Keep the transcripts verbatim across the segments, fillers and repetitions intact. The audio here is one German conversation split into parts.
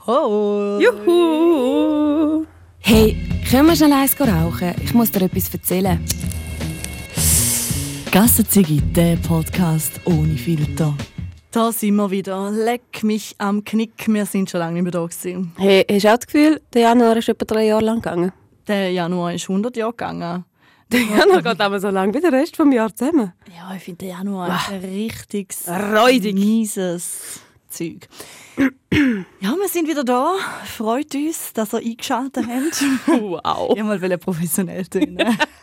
Ho! Juhu! Hey, können wir schnell eins rauchen? Ich muss dir etwas erzählen. Gassenzigi, der Podcast ohne Filter. Da sind wir wieder. Leck mich am Knick. Wir sind schon lange nicht mehr da gewesen. Hey, hast du auch das Gefühl, der Januar ist etwa drei Jahre lang gegangen? Der Januar ist hundert Jahre gegangen. Der Januar geht aber so lang wie der Rest des Jahres zusammen. Ja, ich finde, der Januar ist ein richtiges, Räudig. mieses Zeug. Ja, wir sind wieder da. Freut uns, dass ihr eingeschaltet habt. Wow. Ich wollte mal professionell tun.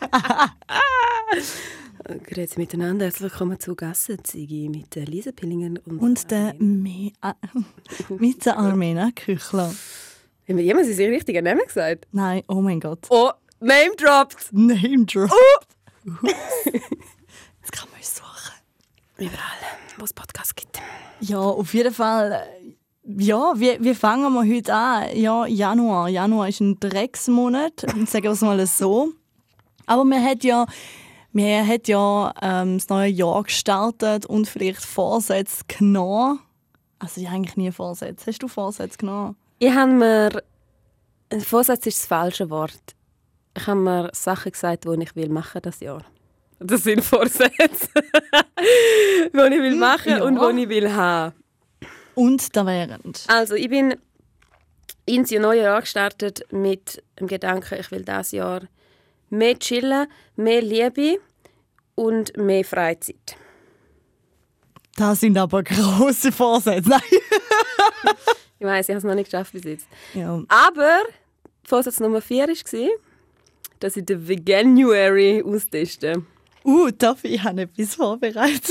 Grüezi miteinander, herzlich willkommen zu Gassenzigi mit der Lisa Pillingen und, Und der Me äh, mit der Armena Küchler. Haben wir jemals seinen richtigen Namen gesagt? Nein, oh mein Gott. Oh, Name dropped! Name drop. Oh. Jetzt kann man uns suchen. Überall, wo es Podcasts gibt. Ja, auf jeden Fall. äh, Ja, wie, wie fangen wir heute an? Ja, Januar. Januar ist ein Drecksmonat, sagen wir es mal so. Aber man hat ja, man hat ja ähm, das neue Jahr gestartet und vielleicht Vorsätze genommen. Also ich habe eigentlich nie Vorsätze. Hast du Vorsätze genommen? Ich habe mir... Ein Vorsatz ist das falsche Wort. Ich habe mir Sachen gesagt, die ich will machen das Jahr. Das sind Vorsätze. Die ich will machen Ja. und die ich will haben. Und da während. Also, ich bin ins neue Jahr gestartet mit dem Gedanken, ich will dieses Jahr mehr chillen, mehr Liebe und mehr Freizeit. Das sind aber grosse Vorsätze. Nein. Ich weiss, ich habe es noch nicht geschafft bis jetzt. Ja. Aber Vorsatz Nummer vier war, dass ich den Veganuary austeste. Uh, darf ich habe etwas vorbereitet.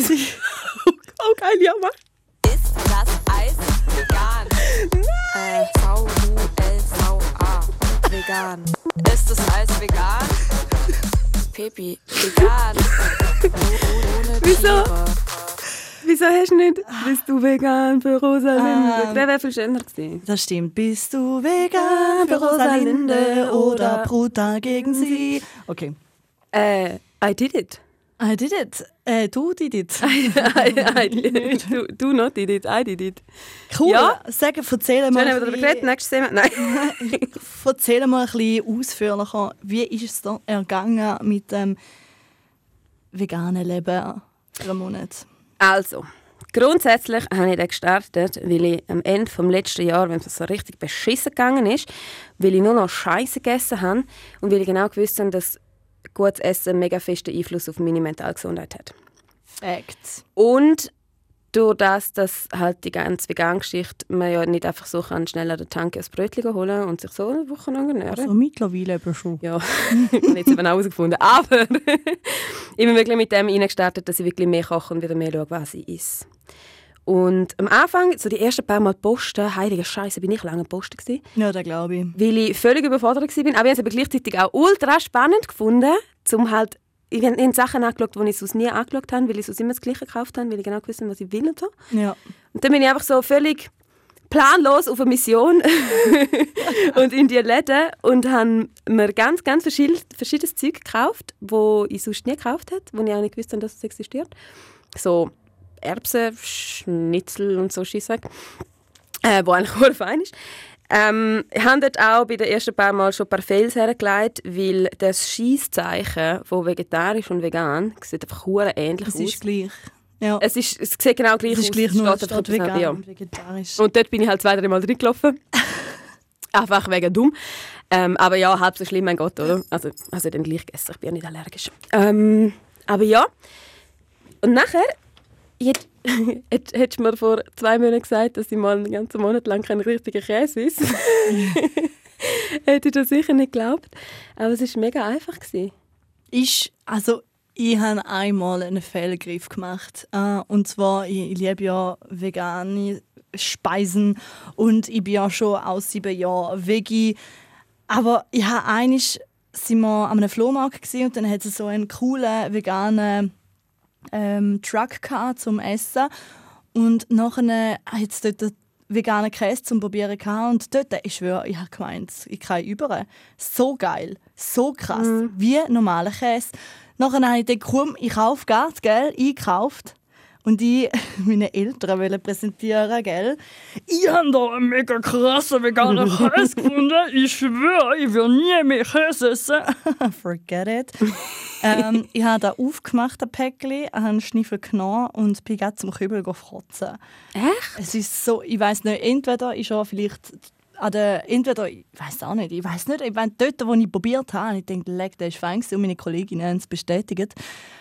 Oh, geil, ja, mach. Ist das Eis vegan? Nein! Äh, V U L V A. Vegan. Ist das Eis vegan? Pipi. Vegan. Ohne Wieso? Tiere. Wieso hast du nicht «Bist du vegan für Rosalinde»? Ähm. Der wäre viel schöner gewesen. Das stimmt. Bist du vegan für Rosalinde oder brutal gegen sie? Okay. Äh, I did it. I did it. Äh, du did it. I, I, I did it. Du, du not did it, I did it. Cool. Ja. Sag, erzähl Schön, mal, haben wir darüber geredet. Nächstes Thema. Nein. erzähl mal ein bisschen ausführlicher, wie ist es da ergangen mit dem veganen Leben für einen Monat? Also, grundsätzlich habe ich den gestartet, weil ich am Ende des letzten Jahres, wenn es so richtig beschissen gegangen ist, weil ich nur noch Scheiße gegessen habe und weil ich genau gewusst habe, dass gutes Essen einen mega festen Einfluss auf meine mentale Gesundheit hat. Facts. Und durch das, dass halt die ganze Vegan-Geschichte man ja nicht einfach so kann, schnell an der Tanke ein Brötchen holen und sich so eine Woche lang ernähren. Also mittlerweile eben schon. Ja, ich habe jetzt eben auch herausgefunden. Aber ich bin wirklich mit dem reingestartet, dass ich wirklich mehr koche und wieder mehr schaue, was ich esse. Und am Anfang, so die ersten paar Mal posten, heilige Scheiße, bin ich lange am Posten gewesen, Ja, das glaube ich. weil ich völlig überfordert war. Aber ich habe es aber gleichzeitig auch ultra spannend gefunden, um halt, ich habe Sachen angeschaut, die ich sonst nie angeschaut habe, weil ich sonst immer das Gleiche gekauft habe, weil ich genau gewusst habe, was ich will und so. Ja. Und dann bin ich einfach so völlig planlos auf eine Mission und in die Läden und habe mir ganz, ganz verschied- verschiedenes Zeug gekauft, das ich sonst nie gekauft habe, wo ich auch nicht gewusst habe, dass es existiert. So Erbsen, Schnitzel und so Scheisszeug, äh, wo eigentlich sehr fein ist. Ähm, ich habe dort auch bei den ersten paar Mal schon ein paar Fails hergelegt, weil das Scheisszeichen von vegetarisch und vegan sieht einfach hure ähnlich Es aus. ist gleich. Ja. Es, ist, es sieht genau gleich Es ist aus. gleich Es nur steht statt einfach vegan ja. und vegetarisch. Und dort bin ich halt zwei, drei Mal reingelaufen. Einfach wegen dumm. Ähm, aber ja, halb so schlimm, mein Gott, oder? Also, also dann gleich gegessen, ich bin ja nicht allergisch. Ähm, aber ja. Und nachher, jetzt, jetzt, hättest du mir vor zwei Monaten gesagt, dass ich mal einen ganzen Monat lang keinen richtigen Käse esse. Hätte ich das sicher nicht geglaubt. Aber es war mega einfach gewesen. Ich, also, ich habe einmal einen Fehlgriff gemacht. Äh, und zwar, ich, ich liebe ja vegane Speisen und ich bin ja schon aus sieben Jahren Veggie. Aber ich habe einiges sind wir an einem Flohmarkt gewesen, und dann hat es so einen coolen veganen ähm, Truck gehabt zum Essen. Und nachher hat es dort einen veganen Käse zum Probieren gehabt. Und dort, ich schwöre, ich habe gemeint, ich kann über. So geil, so krass, Mhm. wie normaler Käse. Nachher habe ich gedacht, komm, ich kaufe Gas, gell, eingekauft. Und ich meine Eltern wollen präsentieren, gell? Ich habe da einen mega krassen veganen Käse gefunden. Ich schwöre, ich will nie mehr Käse essen. Forget it. ähm, ich habe da aufgemacht, ein Päckchen, habe einen Schniffel genommen und bin gerade zum Kübel gefrotzen. Echt? Es ist so, ich weiss nicht, entweder ist er vielleicht an der, entweder, ich weiß auch nicht, ich weiß nicht, ich meine, dort, wo ich probiert habe, ich dachte, leck, der ist fein gewesen, und meine Kolleginnen haben es bestätigt.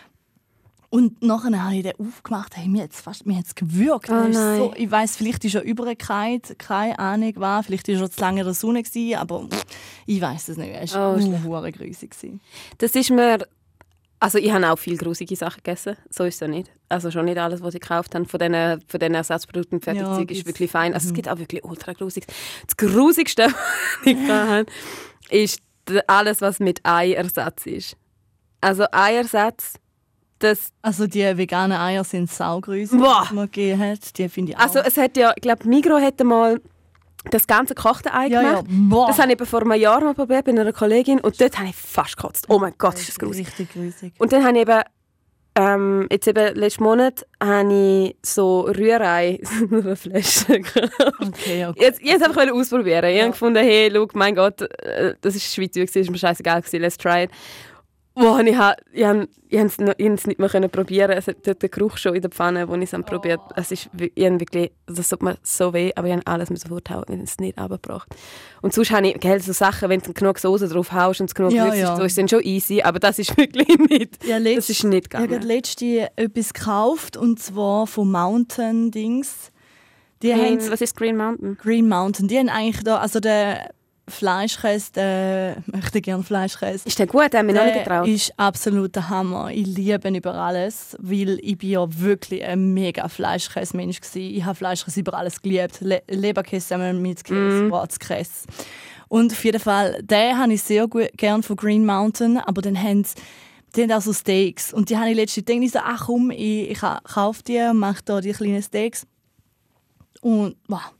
Und nachher habe ich den aufgemacht, hey, mir hat es fast, mir hat's gewürgt. Oh, ist nein. so, ich weiss, vielleicht ist er übergekehrt, keine Ahnung was, vielleicht war er zu lange in der Sonne gewesen, aber ich weiss es nicht, er war Oh, uh, grusig gewesen. Das ist mir... Also ich habe auch viele grusige Sachen gegessen, so ist es ja nicht. Also schon nicht alles, was ich gekauft habe von diesen, von diesen Ersatzprodukten und Fertigzeug Ja, ist wirklich fein. Also mhm. es gibt auch wirklich ultra grusig. Das Grusigste, was ich habe, ist alles, was mit Eiersatz ist. Also Eiersatz, das... Also die veganen Eier sind saugrusig, Boah. die man gegeben hat, die finde ich auch. Also es hat ja, ich glaube, Migros hätte mal das ganze gekochte Ei ja, gemacht. ja. Boah. Das habe ich eben vor einem Jahr mal probiert bei einer Kollegin und dort habe ich fast gekotzt. Oh mein Gott, ist das grusig. Richtig grusig. Und dann habe ich eben, ähm, jetzt eben letzten Monat, habe ich so Rührei in einer Flasche gekauft. Okay, okay. Jetzt, ich wollte es einfach ausprobieren. Ich Ja. habe gefunden, hey, schau, mein Gott, äh, das ist Schweiz, es war mir scheißegal, let's try it. Wow, ich habe ich hab, ich es nicht mehr können probieren. Es hat dort den Geruch schon in der Pfanne, wo ich es probiert habe. Es ist ich habe wirklich, das tut mir so weh, aber ich habe alles sofort hauen, ich habe es nicht runtergebracht. Und sonst habe ich, gell, so Sachen, wenn du genug Soße drauf haust und es genug Ja, Gewürze ja. so ist dann schon easy, aber das ist wirklich nicht, Ja, letzt, das ist nicht Ich habe gegangen. letztens etwas gekauft, und zwar von Mountain Dings. Die Green, haben was ist Green Mountain? Green Mountain. Die haben eigentlich da, also der Fleischkäse, der möchte gerne Fleischkäse. Ist der gut? Der hat mich noch nicht getraut. Der ist absolut der Hammer. Ich liebe ihn über alles, weil ich bin ja wirklich ein mega Fleischkäse-Mensch war. Ich habe Fleischkäse über alles geliebt. Le Leberkäse zusammen mit Käse, Mm. Bratkäse. Und auf jeden Fall, den habe ich sehr gut gern von Green Mountain, aber dann haben sie die haben auch so Steaks. Und die habe ich letztens gedacht, ich so, ach komm, ich, ich kaufe die, mache da die kleinen Steaks. Und wow.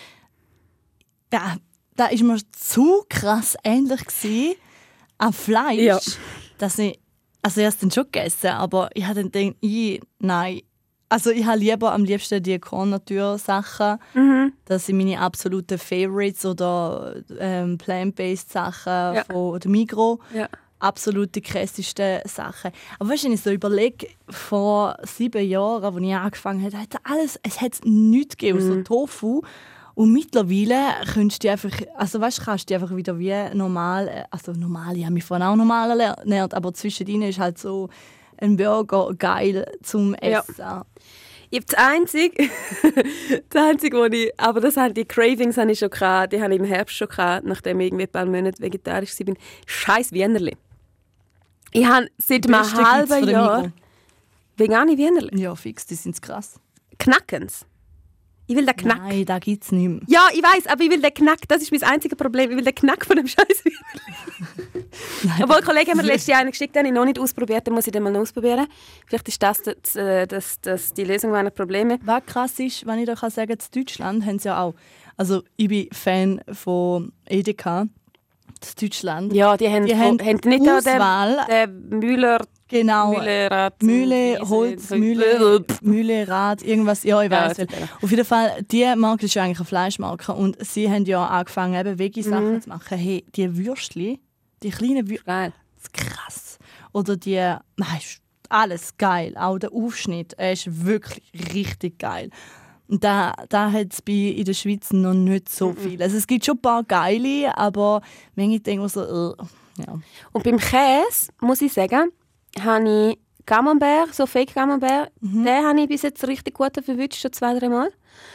Ja, da war mir zu krass ähnlich gewesen an Fleisch, Ja. dass ich, also ich habe es dann schon gegessen, aber ich habe dann gedacht, ich, nein. Also ich habe lieber am liebsten die Korn-Natur-Sachen. Mhm. Das sind meine absoluten Favorites oder ähm, plant-based Sachen Ja. von der Migros. Ja. Absolut die krassesten Sachen. Aber weißt du, wenn ich so überlege, vor sieben Jahren, als ich angefangen habe, hat alles, es hat nichts gegeben, Mhm. so Tofu. Und mittlerweile kannst du die einfach, also weißt, kannst du die einfach wieder wie normal, äh, also normal, ich habe mich vorhin auch normal ernährt, aber zwischendrin ist halt so ein Burger geil zum Essen. Ja. Ich habe das Einzige, das Einzige, wo ich, aber das haben die Cravings habe ich schon gehabt, die habe ich im Herbst schon gehabt, nachdem ich irgendwie ein paar Monate vegetarisch war. Scheiß Wienerli. Ich habe seit einem Beste gibt's halben von der Jahr Migros. vegane Wienerli. Ja, fix, die sind krass. Knackens. Ich will den Knack. Nein, da gibt es nicht mehr. Ja, ich weiß, aber ich will den Knack. Das ist mein einziges Problem. Ich will den Knack von dem Scheiß Wienerli. Obwohl, die Kollegen haben mir letztes Jahr einen geschickt, den habe ich noch nicht ausprobiert, den muss ich dann mal noch ausprobieren. Vielleicht ist das, das, das, das die Lösung meiner Probleme. Was krass ist, wenn ich da kann sagen, in Deutschland haben sie ja auch. Also ich bin Fan von Edeka. In Deutschland. Ja, die haben, Die haben, haben haben nicht auch Auswahl. den, den Müller, Genau. Mühlerrad, Mühle, Wiese- Holz, Mühle, Mühle, Rad, irgendwas. Ja, ich Ja, weiß das nicht. ist Auf jeden Fall, diese Marke ist ja eigentlich eine Fleischmarke. Und sie haben ja angefangen, eben Veggie-Sachen Mhm. zu machen. Hey, die Würstchen, die kleinen Würstchen, geil. krass. Oder die, nein, ist alles geil. Auch der Aufschnitt, er ist wirklich richtig geil. Und da, da hat es in der Schweiz noch nicht so viel. Also es gibt schon ein paar geile, aber manche denken so, äh, ja. Und beim Käse, muss ich sagen, habe ich Camembert, so Fake Camembert, Mhm. den habe ich bis jetzt richtig gut verwünscht, schon zwei, drei Mal.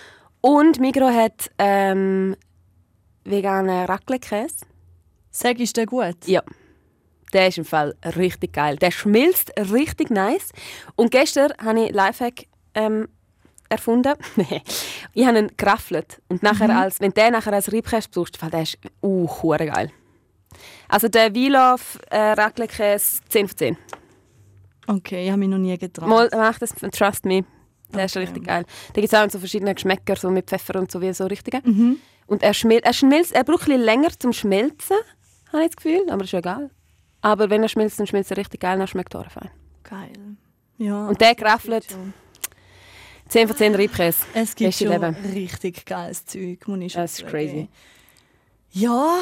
Und Migros hat ähm, veganen Raclette-Käse. Sag, ist der gut? Ja. Der ist im Fall richtig geil. Der schmilzt richtig nice. Und gestern habe ich Lifehack ähm, erfunden. Ich habe ihn geraffelt. Und nachher als, wenn der nachher als Reibkäse brauchst, der ist uh, hure geil. Also der Wielof äh, Raclette-Käse zehn von zehn. Okay, ich habe mich noch nie getraut. Mal, mach das, trust me. Der ist Okay. richtig geil. Da gibt es auch so verschiedene Geschmäcker, so mit Pfeffer und so wie so richtige. Mhm. Und er schmilzt, er schmilzt, er braucht ein bisschen länger zum Schmelzen, habe ich das Gefühl, aber ist ja egal. Aber wenn er schmilzt, dann schmilzt er richtig geil, dann schmeckt er fein. Geil. Ja. Und der geraffelt, zehn von zehn Reibkäse. Es gibt Beste schon Leben. richtig geiles Zeug, muss ich schon Das ist sagen. crazy. Ja,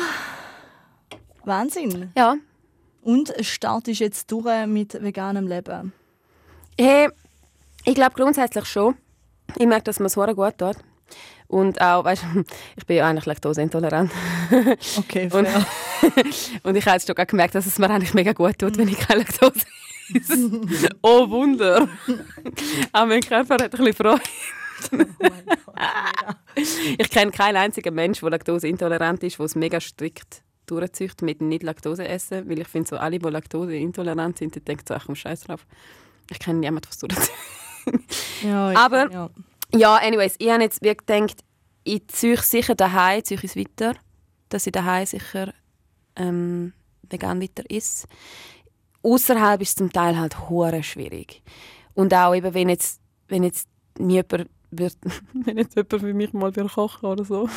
Wahnsinn. Ja. Und startest jetzt durch mit veganem Leben? Hey, ich glaube grundsätzlich schon. Ich merke, dass mir es verdammt gut tut. Und auch, weißt du, ich bin ja eigentlich laktoseintolerant. Okay, Und, fair. und ich habe jetzt schon gemerkt, dass es mir eigentlich mega gut tut, wenn ich keine Laktose esse. Oh Wunder! Auch mein Körper hat ein bisschen Freude. Oh mein Gott, mega. Ich kenne keinen einzigen Menschen, der laktoseintolerant ist, der es mega strikt durchzieht mit nicht Laktose essen. Weil ich finde, so alle, die laktoseintolerant sind, die denken so, ach komm, scheiß drauf. Ich kenne niemanden, was durchzieht. Ja, ich, Aber- ja. Ja, anyways, ich habe jetzt wirklich gedacht, ich ziehe sicher daheim, ziehe ich es weiter, dass ich daheim sicher ähm, vegan weiter esse. Außerhalb ist es zum Teil halt hure schwierig. Und auch eben, wenn jetzt, wenn jetzt mir jemand wird, wenn jetzt jemand für mich mal wird kochen oder so.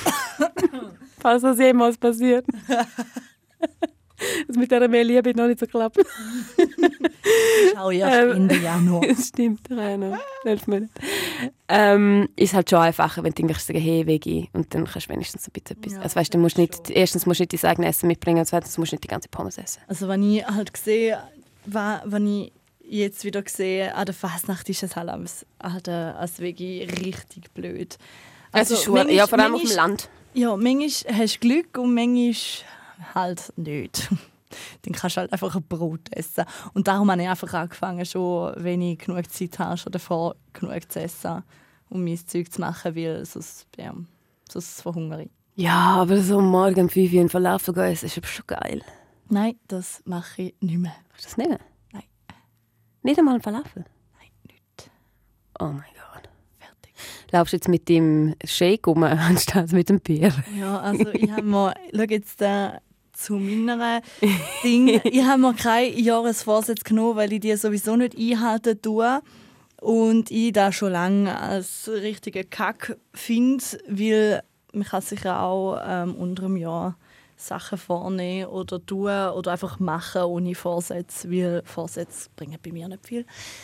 Falls das jemals passiert. Das mit dieser Mehlliebe hat noch nicht so geklappt. Schau erst Ähm, Ende Januar. Das stimmt, Rainer. Hilf mir nicht. Ähm, ist halt schon einfacher, wenn du irgendwie sagen, hey, Veggie, und dann kannst du wenigstens ein bisschen etwas. Ja, Also weißt, du musst das nicht, erstens musst du nicht dein eigenes Essen mitbringen, und zweitens musst du nicht die ganze Pommes essen. Also wenn ich halt sehe, wenn ich jetzt wieder sehe, an der Fasnacht ist es halt als, halt, äh, als Veggie richtig blöd. Also, es ist schon, manchmal- ja, vor allem auf dem manchmal- Land. Ja, manchmal hast du Glück und manchmal halt nicht. Dann kannst du halt einfach ein Brot essen. Und darum habe ich einfach angefangen, schon, wenn ich genug Zeit habe, schon davor genug zu essen, um mein Zeug zu machen, weil sonst, ja, sonst verhungere ich. Ja, aber so am Morgen um fünf Uhr in Falafel gehen, ist aber schon geil. Nein, das mache ich nicht mehr. Kannst du das nehmen? Nein. Nicht einmal ein Falafel? Nein, nicht. Oh mein Gott. Fertig. Laufst du jetzt mit dem Shake um, anstatt mit dem Bier? Ja, also ich habe mir, schau jetzt äh, zu meiner Ding, ich habe mir keinen Jahresvorsatz genommen, weil ich die sowieso nicht einhalten tue und ich das schon lange als richtigen Kack finde, weil man kann sicher auch ähm, unter einem Jahr Sachen vornehmen oder tun oder einfach machen ohne Vorsätze, weil Vorsätze bringen bei mir nicht viel.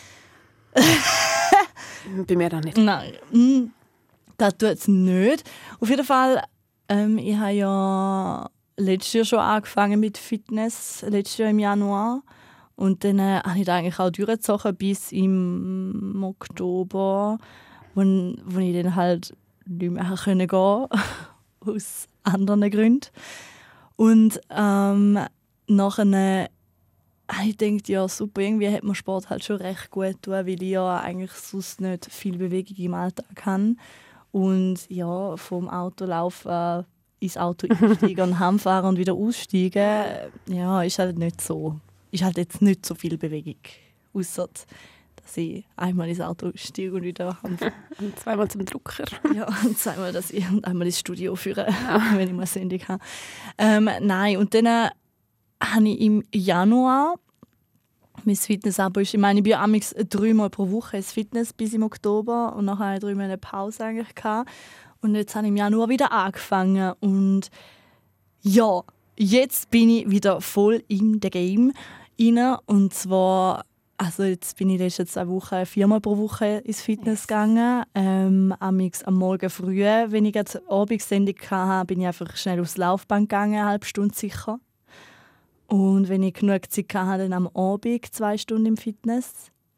Bei mir auch nicht. Nein, mm, das tut es nicht. Auf jeden Fall, ähm, ich habe ja letztes Jahr schon angefangen mit Fitness, letztes Jahr im Januar. Und dann äh, habe ich das eigentlich auch durchgezogen bis im Oktober, wo, wo ich dann halt nicht mehr gehen konnte, aus anderen Gründen. Und ähm, nachher habe ich gedacht, ja super, irgendwie hat mir Sport halt schon recht gut getan, weil ich ja eigentlich sonst nicht viel Bewegung im Alltag habe. Und ja, vom Auto laufen ins Auto einsteigen und heimfahren und wieder aussteigen, ja, ist halt nicht so. Ist halt jetzt nicht so viel Bewegung. Ausser, dass ich einmal ins Auto steige und wieder heimfahre. Und zweimal zum Drucker. Ja, und zweimal, dass ich und einmal ins Studio führe, wenn ich mal Sendung habe. Ähm, nein, und dann äh, habe ich im Januar mein Fitness-Abo ist, ich meine, ich bin ja amigs dreimal pro Woche ins Fitness bis im Oktober und nachher hatte ich dreimal eine Pause eigentlich gehabt. Und jetzt habe ich im Januar wieder angefangen und ja, jetzt bin ich wieder voll in the Game rein. Und zwar, also jetzt bin ich die letzten zwei Wochen viermal pro Woche ins Fitness gegangen. Ähm, amigs am Morgen früh, wenn ich eine Abendsendung hatte, bin ich einfach schnell aufs Laufband gegangen, eine halbe Stunde sicher. Und wenn ich genug Zeit hatte, dann am Abend zwei Stunden im Fitness.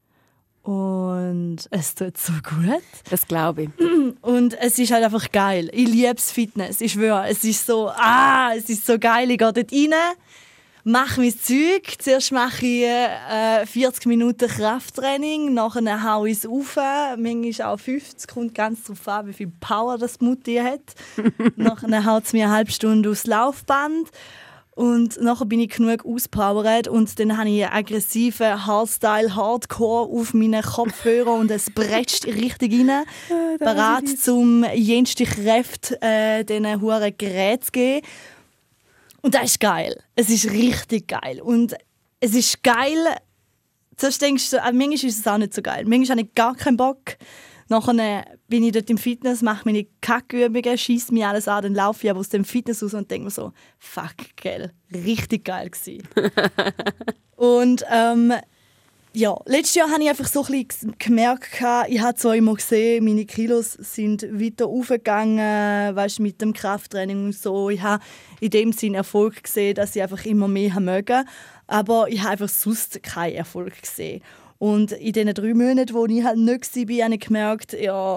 Und es tut so gut. Das glaube ich. Und es ist halt einfach geil. Ich liebe das Fitness. Ich schwöre, es ist so, ah, es ist so geil. Ich gehe dort rein, mache mein Zeug. Zuerst mache ich äh, vierzig Minuten Krafttraining, nachher haue ich es rauf. Manchmal auch fünfzig, kommt ganz darauf an, wie viel Power das Mutti hat. Nachher haut es mir eine halbe Stunde aufs Laufband. Und nachher bin ich genug auspowert und dann habe ich einen aggressiven Hardstyle Hardcore auf meinen Kopfhörer und es bretscht richtig rein. Bereit, um jenste Kräfte äh, diesen huren Gerät zu geben. Und das ist geil. Es ist richtig geil. Und es ist geil, zuerst denkst du, äh, manchmal ist es auch nicht so geil. Manchmal habe ich gar keinen Bock. Nachher bin ich dort im Fitness, mache meine Kackübungen, schieße mir alles an, dann laufe ich aber aus dem Fitness raus und denke mir so, fuck, geil, richtig geil gewesen. Und ähm, ja, letztes Jahr habe ich einfach so ein bisschen gemerkt, ich habe zwar immer gesehen, meine Kilos sind weiter aufgegangen, weißt, mit dem Krafttraining und so. Ich habe in dem Sinne Erfolg gesehen, dass ich einfach immer mehr mögen. Aber ich habe einfach sonst keinen Erfolg gesehen. Und in diesen drei Monaten, wo ich halt nicht war, habe ich gemerkt, ja,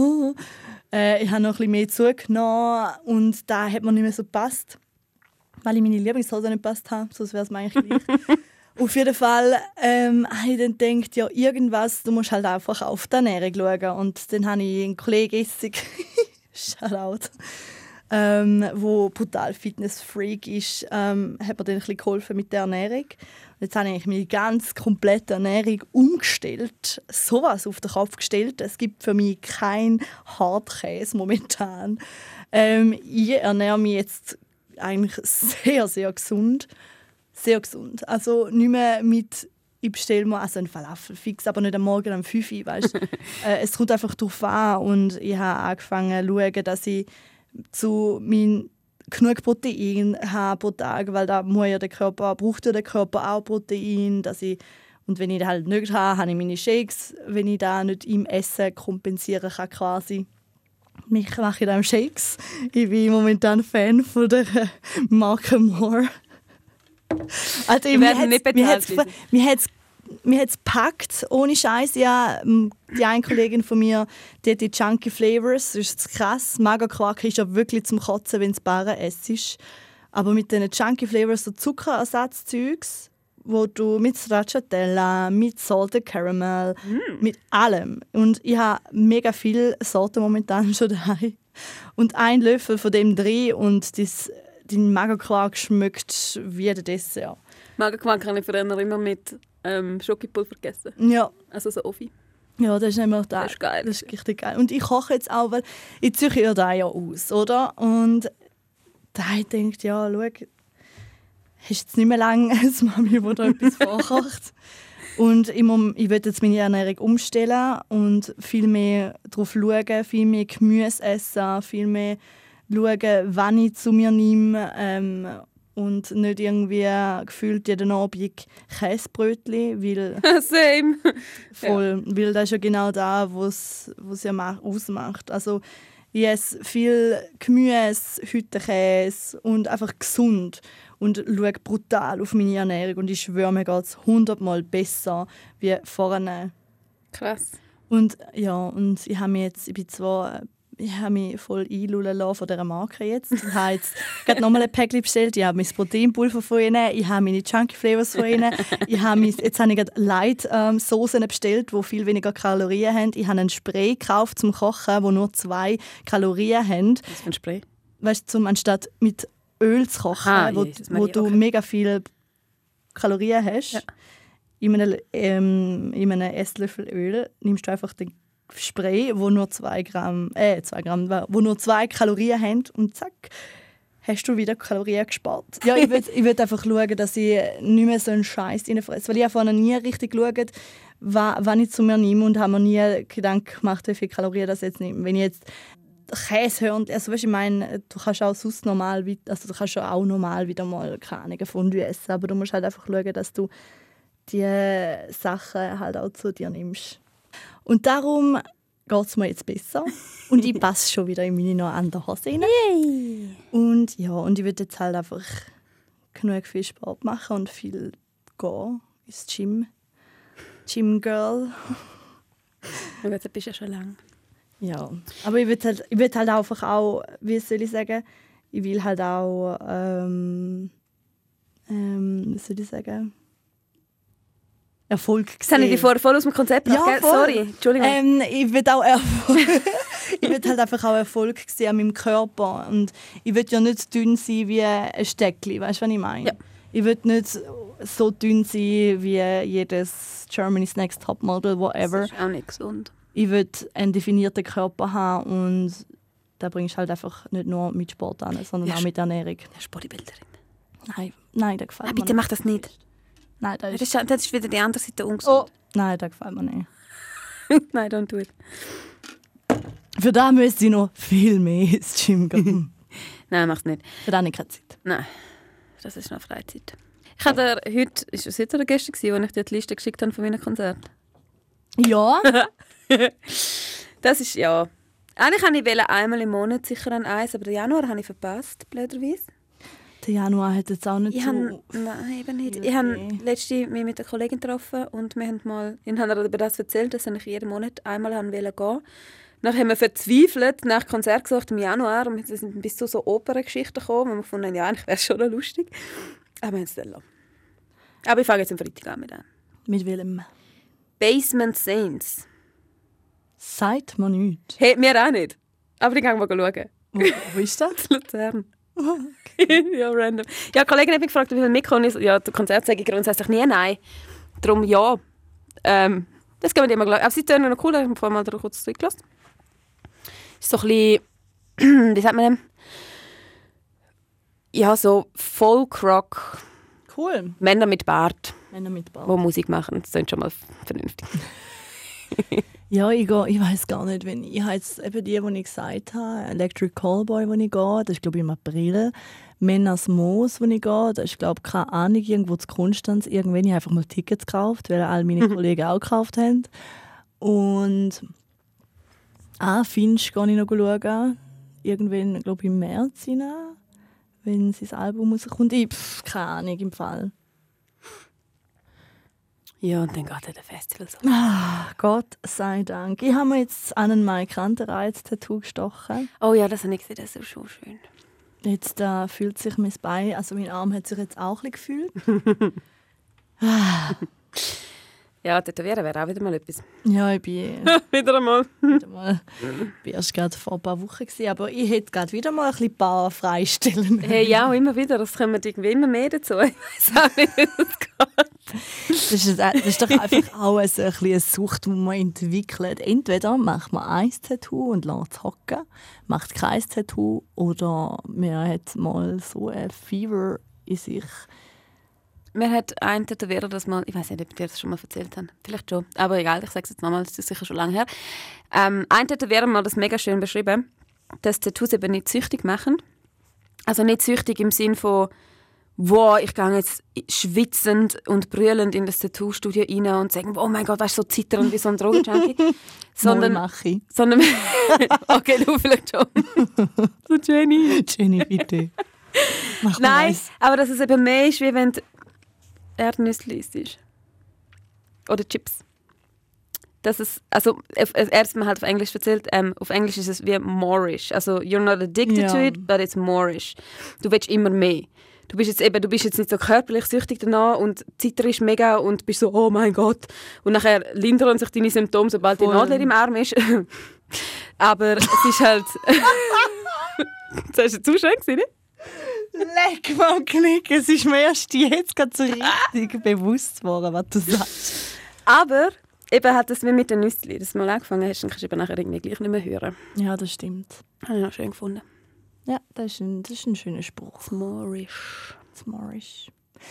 äh, ich habe noch ein bisschen mehr zugenommen und da hat mir nicht mehr so gepasst, weil ich meine Lieblingshose nicht gepasst habe, sonst wäre es mir eigentlich gleich. Auf jeden Fall ähm, habe ich dann gedacht, ja, irgendwas, du musst halt einfach auf die Ernährung schauen. Und dann habe ich einen Kollegen, Shoutout, ähm, wo brutal Fitness-Freak ist, ähm, hat mir dann ein bisschen geholfen mit der Ernährung. Und jetzt habe ich meine ganz komplette Ernährung umgestellt, sowas auf den Kopf gestellt. Es gibt für mich keinen Hartkäse momentan. Ähm, ich ernähre mich jetzt eigentlich sehr, sehr gesund. Sehr gesund. Also nicht mehr mit, ich bestelle mir also einen Falafel fix, aber nicht am Morgen um fünf Uhr, weißt? äh, es kommt einfach darauf an und ich habe angefangen zu schauen, dass ich zu mein genug Protein habe pro Tag, weil da muss ja der Körper, braucht ja der Körper auch Protein, dass ich, und wenn ich das halt nicht habe, habe ich meine Shakes, wenn ich da nicht im Essen kompensieren kann quasi. Mich mache ich dann Shakes. Ich bin momentan Fan von der Marke More. Also, wir werden nicht bezahlt. Mir hat es mir hat's gepackt, ohne Scheiß. Ja, die eine Kollegin von mir, die hat die Chunky Flavors, das ist krass. Magerquark ist ja wirklich zum Kotzen, wenn es bare essst. Aber mit diesen Chunky Flavors, so Zuckerersatzzeugs, wo du mit Stracciatella, mit Salted Caramel, mm. mit allem. Und ich habe mega viele Sorten momentan schon daheim. Und ein Löffel von dem drin und das dein Magerquark schmeckt wie der Dessert. Magerquark habe ich früher immer mit ähm, Schokopulver gegessen. Ja. Also so Offi. Ja, das ist immer da. Das ist geil. Das ist richtig geil. Und ich koche jetzt auch, weil ich ziehe ja da ja aus, oder? Und da ich denkt, ja, schau, hast jetzt nicht mehr lange eine Mami, die da etwas vorkocht. Und ich, muss, ich will jetzt meine Ernährung umstellen und viel mehr darauf schauen, viel mehr Gemüse essen, viel mehr schauen, wann ich zu mir nehme ähm, und nicht irgendwie gefühlt jeden Abend Käsebrötchen, weil Same. voll, ja. Weil das ist ja genau da, was es ja ausmacht. Also ich esse viel Gemüse, Hüttenkäse und einfach gesund und schaue brutal auf meine Ernährung und ich schwöre, mir geht es hundertmal besser wie vorne. Krass. Und ja, und ich habe mich jetzt, ich bin zwar Ich habe mich voll einlullen lassen von dieser Marke jetzt. Ich habe jetzt gerade nochmal ein Päckchen bestellt. Ich habe mein Proteinpulver von ihnen. Ich habe meine Chunky Flavors von ihnen. Ich habe mein, jetzt habe ich gerade Light-Soßen bestellt, die viel weniger Kalorien haben. Ich habe einen Spray gekauft zum Kochen, der nur zwei Kalorien hat. Was für ein Spray? Weißt du, um anstatt mit Öl zu kochen, Aha, wo, Jesus, wo du okay. mega viele Kalorien hast. Ja. In einem, ähm, in einem Esslöffel Öl nimmst du einfach den Spray, wo nur zwei Gramm, äh, zwei Gramm, wo nur zwei Kalorien haben und zack, hast du wieder Kalorien gespart. Ja, ich würde ich würd einfach schauen, dass ich nicht mehr so einen Scheiß reinfresse, weil ich habe vorher nie richtig geschaut, wann ich zu mir nehme und habe mir nie Gedanken gemacht, wie viele Kalorien das jetzt nehme. Wenn ich jetzt Käse höre und also, weißt, ich meine, du kannst auch sonst normal, also du kannst auch normal wieder mal keine Ahnung, Fondue essen, aber du musst halt einfach schauen, dass du die Sachen halt auch zu dir nimmst. Und darum geht es mir jetzt besser. Und ich passe schon wieder in meine noch andere Hose rein. Yay. Und ja, und ich würde jetzt halt einfach genug viel Sport machen und viel gehen ins Gym. Gym Girl. Aber das bist ja schon lange. Ja, aber ich will halt, ich will halt einfach auch, wie soll ich sagen, ich will halt auch, ähm, ähm, wie soll ich sagen, Erfolg gesehen. Das habe ich dich vorher voll aus dem Konzept gebracht, ja, sorry, Entschuldigung. Ähm, ich will auch Erfolg. Ich will halt einfach auch Erfolg sehen an meinem Körper. Und ich will ja nicht dünn sein wie ein Steckli, weißt du, was ich meine? Ja. Ich will nicht so dünn sein wie jedes Germany's Next Topmodel, whatever. Das ist auch nicht gesund. Ich will einen definierten Körper haben und da bringst du halt einfach nicht nur mit Sport an, sondern ja, auch mit Ernährung. Du bist Bodybuilderin. Nein, nein, das gefällt nein, mir bitte mach das nicht. Nein, das ist, das, ist, das ist wieder die andere Seite ungesund. Oh. Nein, das gefällt mir nicht. Nein, don't do it. Für das müsste ich noch viel mehr ins Gym gehen. Nein, mach's nicht. Für das habe ich keine Zeit. Nein, das ist noch Freizeit. Ich hatte heute, ist es heute oder gestern gewesen, als ich dir die Liste geschickt habe von meinen Konzerten? Ja. Das ist, ja... Eigentlich wollte ich einmal im Monat sicher an eins, aber den Januar habe ich verpasst, blöderweise. Der Januar hat jetzt auch nicht ich so... Habe, nein, eben nicht. Okay. Ich habe letztens mich mit einer Kollegin getroffen und wir haben mal, ich habe ihr über das erzählt, dass ich jeden Monat einmal gehen wollte. Dann haben wir verzweifelt nach Konzert gesucht im Januar und wir sind bis zu so Operngeschichten gekommen, wo wir gefunden haben, ja, eigentlich wäre es schon noch lustig. Aber wir haben es dann lassen. Aber ich fange jetzt am Freitag an mit dem. Mit welchem? Basement Saints. Sagt man nichts. Hey, mir auch nicht. Aber ich gehe mal schauen. Wo, wo ist das? Luzern. Okay. Ja, random. Ja, die Kollegin hat mich gefragt, ob ich mitkomme. Ich so, ja, das Konzert sage ich grundsätzlich nie nein. Darum ja. Ähm, das gehen wir dir mal gleich. Aber sie tönen noch cool, ich habe vorhin mal kurz durchgelassen. Ist so ein bisschen, wie sagt man denn? Ja, so Folk-Rock. Cool. Männer mit Bart, Männer mit Bart. die Musik machen. Das klingt schon mal vernünftig. Ja, ich, gehe, ich weiss gar nicht, wenn ich habe jetzt eben die, die ich gesagt habe, Electric Callboy, wo ich gehe, das ist glaube ich im April. Männers Moos, wo ich gehe, das ist glaube ich keine Ahnung, irgendwo zu Konstanz. Irgendwann habe ich einfach mal Tickets gekauft, weil all meine Kollegen auch gekauft haben. Und ah, Finch gehe ich noch schauen. Irgendwann, glaube ich, im März rein, wenn sein Album rauskommt. Ich, pff, keine Ahnung, im Fall. Ja, und dann geht er der Festival so. Ah, Gott sei Dank. Ich habe mir jetzt an einen Maikantenreiz-Tattoo gestochen. Oh ja, das habe ich gesehen, das ist so schön. Jetzt äh, fühlt sich mein Bein, also mein Arm hat sich jetzt auch ein bisschen gefühlt. ah. Ja, tätowieren wäre auch wieder mal etwas. Ja, ich bin wieder einmal. wieder mal, bin erst gerade vor ein paar Wochen gewesen, aber ich hätte gerade wieder mal ein bisschen paar Freistellen. Hey, ja, auch immer wieder. Das kommen irgendwie immer mehr dazu. Ich weiß auch nicht, wie das geht. Das ist, das ist doch einfach auch ein, ein eine Sucht, die man entwickelt. Entweder macht man ein Tattoo und lässt es hocken, macht kein Tattoo, oder man hat mal so ein Fever in sich. Mir hat ein Tätowierer das mal, ich weiß nicht, ob ich dir das schon mal erzählt habe, vielleicht schon, aber egal, ich sage es jetzt nochmal, das ist sicher schon lange her. Ähm, ein Tätowierer hat mal das mega schön beschrieben, dass Tattoos eben nicht süchtig machen. Also nicht süchtig im Sinn von, wow, ich gehe jetzt schwitzend und brüllend in das Tattoo-Studio rein und sage, oh mein Gott, weißt du, so zitternd wie so ein Drogenjunkie. sondern, mache ich. sondern okay, du vielleicht schon. So Jenny. Jenny, bitte. Mach Nein, was. aber dass es eben mehr ist, wie wenn du Erdnüsse isst. Oder Chips. Das ist, also erstmal halt auf Englisch erzählt, ähm, auf Englisch ist es wie Moorish. Also you're not addicted ja. to it, but it's Moorish. Du willst immer mehr. Du bist jetzt eben, du bist jetzt nicht so körperlich süchtig danach und zitterst mega und bist so, oh mein Gott. Und nachher lindern sich deine Symptome, sobald Voll. die Nadel im Arm ist. Aber es ist halt... das war zu schön, nicht? Leck mal Knick, es ist mir erst jetzt gerade so richtig bewusst geworden, was du sagst. Aber eben hat es wie mit den Nüssli, das mal angefangen hast, dann kannst du eben nachher irgendwie gleich nicht mehr hören. Ja, das stimmt. Habe ich auch schön gefunden. Ja, das ist ein, das ist ein schöner Spruch. Moorish. Moorish.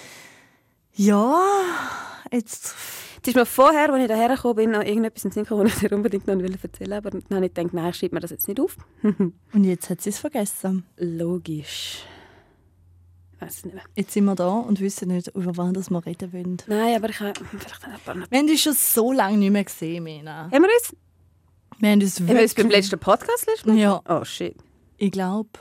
Ja, jetzt... Jetzt ist mir vorher, als ich hierher gekommen bin, noch irgendetwas in den Sinn gekommen, was ich dir unbedingt noch erzählen wollte. Aber dann habe ich gedacht, nein, ich schreibe mir das jetzt nicht auf. Und jetzt hat sie es vergessen. Logisch. Ich weiß es nicht mehr. Jetzt sind wir da und wissen nicht, über was wir reden wollen. Nein, aber ich habe vielleicht ein paar noch. Wir haben dich schon so lange nicht mehr gesehen, Mena. Haben wir uns? Wir haben uns wirklich... Haben wir uns beim letzten Podcast letzten Ja. Oh, shit. Ich glaube.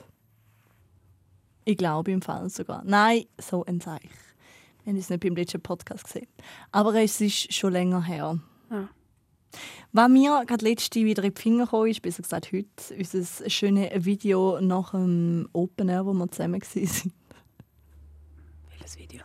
Ich glaube im Fall sogar. Nein, so ein Zeichen. Wir haben uns nicht beim letzten Podcast gesehen. Aber es ist schon länger her. Ja. Was mir gerade letzte wieder in die Finger gekommen ist, besser gesagt heute, unser schönes Video nach dem Open Air, wo wir zusammen waren. Welches Video?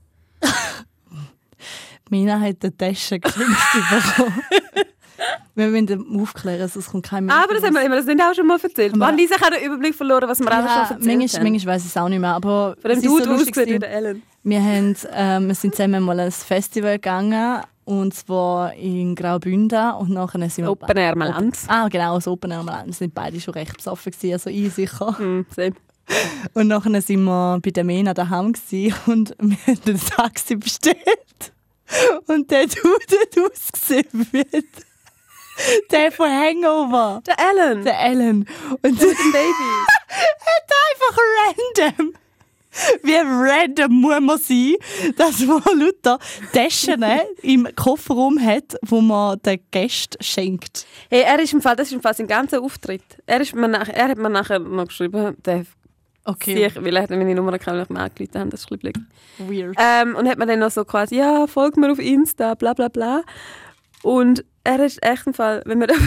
Mina hat eine Tasche geschenkt bekommen. Wir müssen aufklären, sonst kommt kein mehr. Ah, aber das haben wir, haben wir das nicht auch schon mal erzählt. Man, Lisa hat den Überblick verloren, was wir ja, alles schon erzählt manchmal, haben. Manchmal weiss ich es auch nicht mehr. Aber von dem Dude, der aussieht wie der Ellen. Wir, haben, äh, wir sind zusammen mal ein Festival gegangen, und zwar in Graubünden. Und nachher sind wir Open Air Maland. Ah, genau, das Open Air Maland. Wir sind beide schon recht besoffen gewesen, also ich sicher. Mm, same. Und nachher sind wir bei der Mena daheim gewesen und wir haben ein Taxi bestellt. Und der Dude hat ausgesehen wie der von Hangover. Der Ellen. Der Ellen. Und der mit dem Baby. hat einfach random Wie random muss man sein, dass man lauter Taschen im Kofferraum hat, wo man den Gästen schenkt. Hey, er ist im Fall, das ist im Fall sein ganzer Auftritt. Er, ist mir nach, er hat mir nachher noch geschrieben, der Okay. sich, weil er hat meine Nummer gekannt, weil ich mir angerufen habe, das ist ein bisschen blöd. Weird. Ähm, und hat mir dann noch so quasi, ja, folg mir auf Insta, bla bla bla. Und er ist echt im Fall, wenn man auf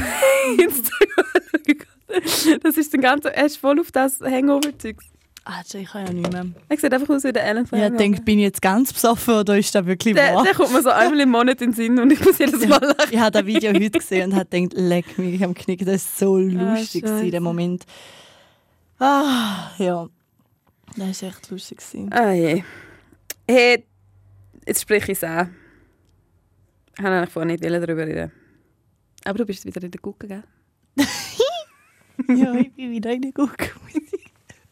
Instagram das ist den ganzen, er ist voll auf das Hangover-Zeugs. Also ich kann ja nicht mehr. Er sieht einfach aus wie der Alan von Ich Hangover. denke, bin ich jetzt ganz besoffen oder ist das wirklich Der, wahr? der kommt mir so einmal im Monat in den Sinn und ich muss jedes Mal lachen. Ich habe das Video heute gesehen und habe gedacht, leck mich am Knick. Das war so lustig, Scheiße. der Moment. Ah, ja. Das war echt lustig. Ah je. Hey, jetzt spreche ich es an. Ich wollte eigentlich vorher nicht darüber reden. Aber du bist wieder in der Gucke, gell? Ja, ich bin wieder in der Guckmusik.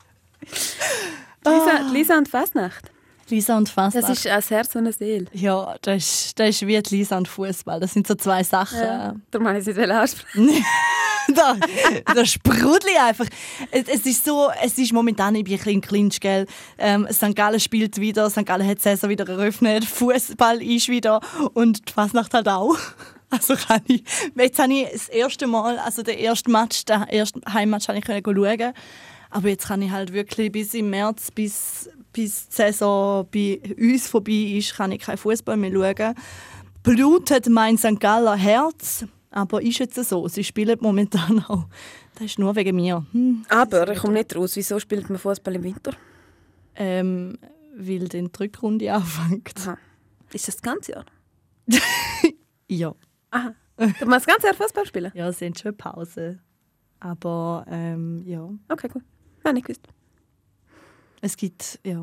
Lisa, Lisa und Fasnacht. Lisa und Fasnacht. Das ist ein Herz und eine Seele. Ja, das ist, das ist wie die Lisa und Fußball. Das sind so zwei Sachen. Ja. Darum wollte ich es nicht ansprechen. da, da sprudel ich einfach. Es, es ist so, es ist momentan ein bisschen im Clinch, gell? Ähm, Sankt Gallen spielt wieder, Sankt Gallen hat die Saison wieder eröffnet, Fußball ist wieder und die Fasnacht halt auch. Also kann ich, jetzt habe ich das erste Mal, also den ersten Match, den ersten Heimmatch, habe ich schauen. Aber jetzt kann ich halt wirklich bis im März, bis, bis die Saison bei uns vorbei ist, kann ich keinen Fußball mehr schauen. Blutet mein Sankt Galler Herz, aber ist jetzt so. Sie spielen momentan auch. Das ist nur wegen mir. Hm. Aber ich komme nicht raus. Wieso spielt man Fußball im Winter? Ähm, weil dann die Rückrunde anfängt. Aha. Ist das das ganze Jahr? Ja. Aha. Du machst das ganze Jahr Fußball spielen? Ja, es sind schon Pause. Aber ähm, ja. Okay, gut. Nein, nicht gewusst. Es gibt, ja.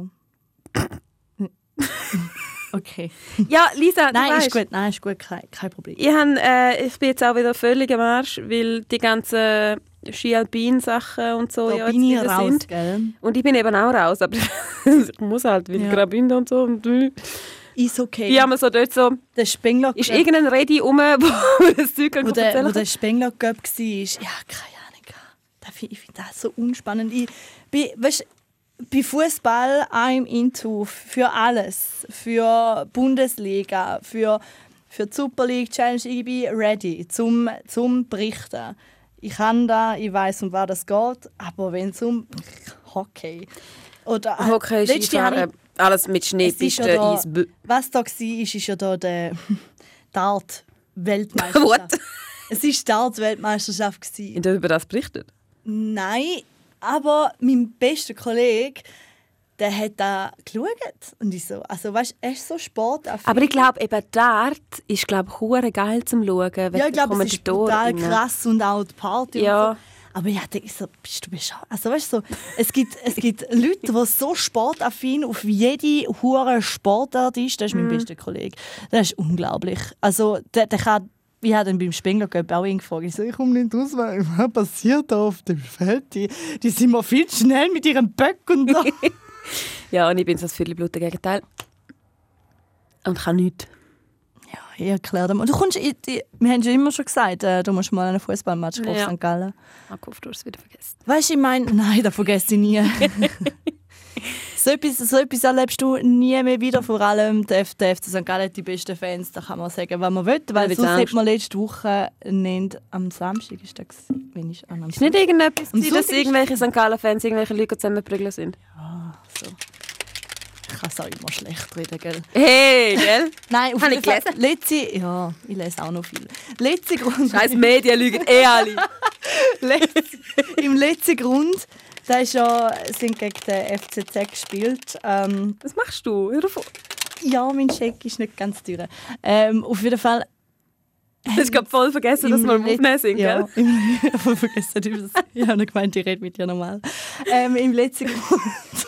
Okay. Ja, Lisa, Nein, du ist weißt, gut, nein, ist gut, kein, kein Problem. ich, hab, äh, ich bin jetzt auch wieder völlig am Arsch, weil die ganzen Ski-Alpin-Sachen und so Da ja, jetzt bin ich wieder raus, sind. gell? Und ich bin eben auch raus, aber ich muss halt, weil Ja. Graubünden und so. Und Ist okay. ich habe mir so dort so, Der Spengler ist irgendein Redi rum, wo das Zeug wo der, erzählen wo der kann? Spengler Cup war, ja, keine Ahnung. Das find- Ich finde das so unspannend. Ich, bei, weißt, bei Fußball I'm into für alles. Für Bundesliga, für, für die Super League Challenge. Ich bin ready zum, zum Berichten. Ich kann da, ich weiß, um was das geht, aber wenn es um Hockey oder Hockey, letzte habe Skifahren, alles mit Schnee, Es ist Piste, ja da- Eis. bö- Was da war, ist, ist ja da der Dart-Weltmeisterschaft. What? Es war die Dart-Weltmeisterschaft. Und du über das berichtet? Nein, aber mein bester Kollege, der hat da geschaut. Und ich so, also weißt, er ist so sportaffin. Aber ich glaube, eben Dart ist glaube ich hure geil zum Schauen. ja, ich glaube, es ist total krass und auch die Party Ja. und so. Aber ich dachte, so, bist du bescheuert? Also weißt du, so, es gibt, es gibt Leute, die so sportaffin auf jede hure Sportart ist. Das ist mein Mhm. bester Kollege. Das ist unglaublich. Also der, der kann, ich habe dann beim Spengler Cup auch ihn gefragt. Ich so, ich komme nicht raus, weil was passiert da auf dem Feld? Die, die sind mir viel zu schnell mit ihrem Böck und da. Ja, und ich bin so das viertelblute Gegenteil. Und kann nichts. Ja, ich erkläre dir mal. Du kommst, ich, ich, wir haben ja immer schon gesagt, äh, du musst mal einen Fußballmatch auf Ja. Sankt Gallen. Ich hoffe, du hast es wieder vergessen. Weißt du, ich meine, nein, das vergesse ich nie. so, etwas, so etwas erlebst du nie mehr wieder. Vor allem der F C Sankt Gallen hat die besten Fans, da kann man sagen, was man will. Weil Ja, sonst Angst. hat man letzte Woche nicht am Samstag, ist das gewesen? Wenn ich an am Ist nicht irgendetwas, Am gewesen, dass Sonntag ist- irgendwelche Sankt Gallen-Fans irgendwelche Leute zusammenprügeln sind? so. Ich kann es auch immer schlecht reden, gell? Hey, gell? Nein, auf Habe jeden ich Fall. Letzte, ja, ich lese auch noch viel. Letzte Grund. Scheiß Medien lügen eh alle. Letz- Im letzten Grund, da ist ja, sind gegen den F C Z gespielt. Ähm, Was machst du? Hör auf. ja, mein Check ist nicht ganz durch. Ähm, auf jeden Fall. Du hast gerade voll vergessen, dass wir im Let- Aufnehmen sind, ja, gell? im, ich habe vergessen, das- ich habe nicht gemeint, ich rede mit dir normal. Ähm, Im letzten Grund.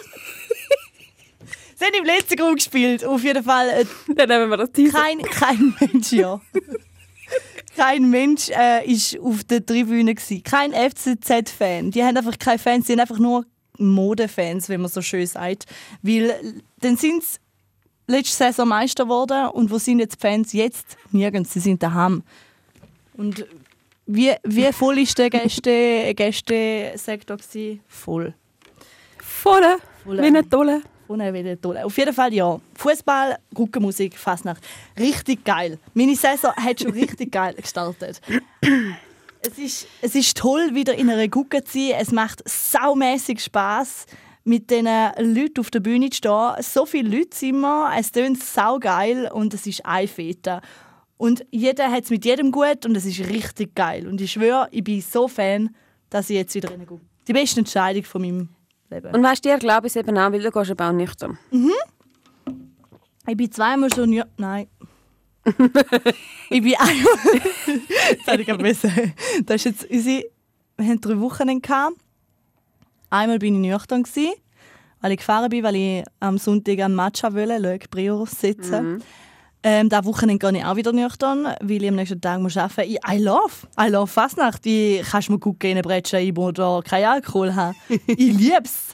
Sie haben im letzten Grund gespielt. Auf jeden Fall. Äh, Dann nehmen wir das Teaser. kein, kein Mensch, ja. Kein Mensch äh, ist auf der Tribüne gsi. Kein F C Z-Fan. Die haben einfach keine Fans, die sind einfach nur Modefans, wenn man so schön sagt. Weil äh, dann sind sie letzte Saison Meister geworden und wo sind jetzt die Fans? Jetzt nirgends, sie sind daheim. Und wie, wie voll ist der Gäste, Gästesektor gsi? Voll. Voll. Wie eine Tolle. Toll. Auf jeden Fall ja. Fußball, Ruckenmusik, Fasnacht. Richtig geil. Meine Saison hat schon richtig geil gestartet. Es ist, es ist toll, wieder in einer Gucke zu sein. Es macht saumässig Spass, mit diesen Leuten auf der Bühne zu stehen. So viele Leute sind wir. Es tönt saugeil und es ist ein Fete. Und jeder hat es mit jedem gut und es ist richtig geil. Und ich schwöre, ich bin so Fan, dass ich jetzt wieder in eine Gucke. Die beste Entscheidung von meinem Leben. Und weißt du, dir glaube ich es eben auch, weil du gehst eben auch nüchtern. Mhm. Ich bin zweimal schon... Ja, nein. Ich bin einmal... Das hätte ich gerade wissen. Das ist jetzt unsere... Wir hatten drei Wochen gehabt. Einmal war ich nüchtern, weil ich gefahren bin, weil ich am Sonntag am Matcha wollte, Leuk Brio sitzen. Mhm. Ähm, diese Wochenende gehe ich auch wieder nüchtern, weil ich am nächsten Tag muss arbeiten muss. I love, I love Fasnacht. Ich kannst mir gut gehen, Bretsche, ich muss da keinen Alkohol haben. Ich liebe es.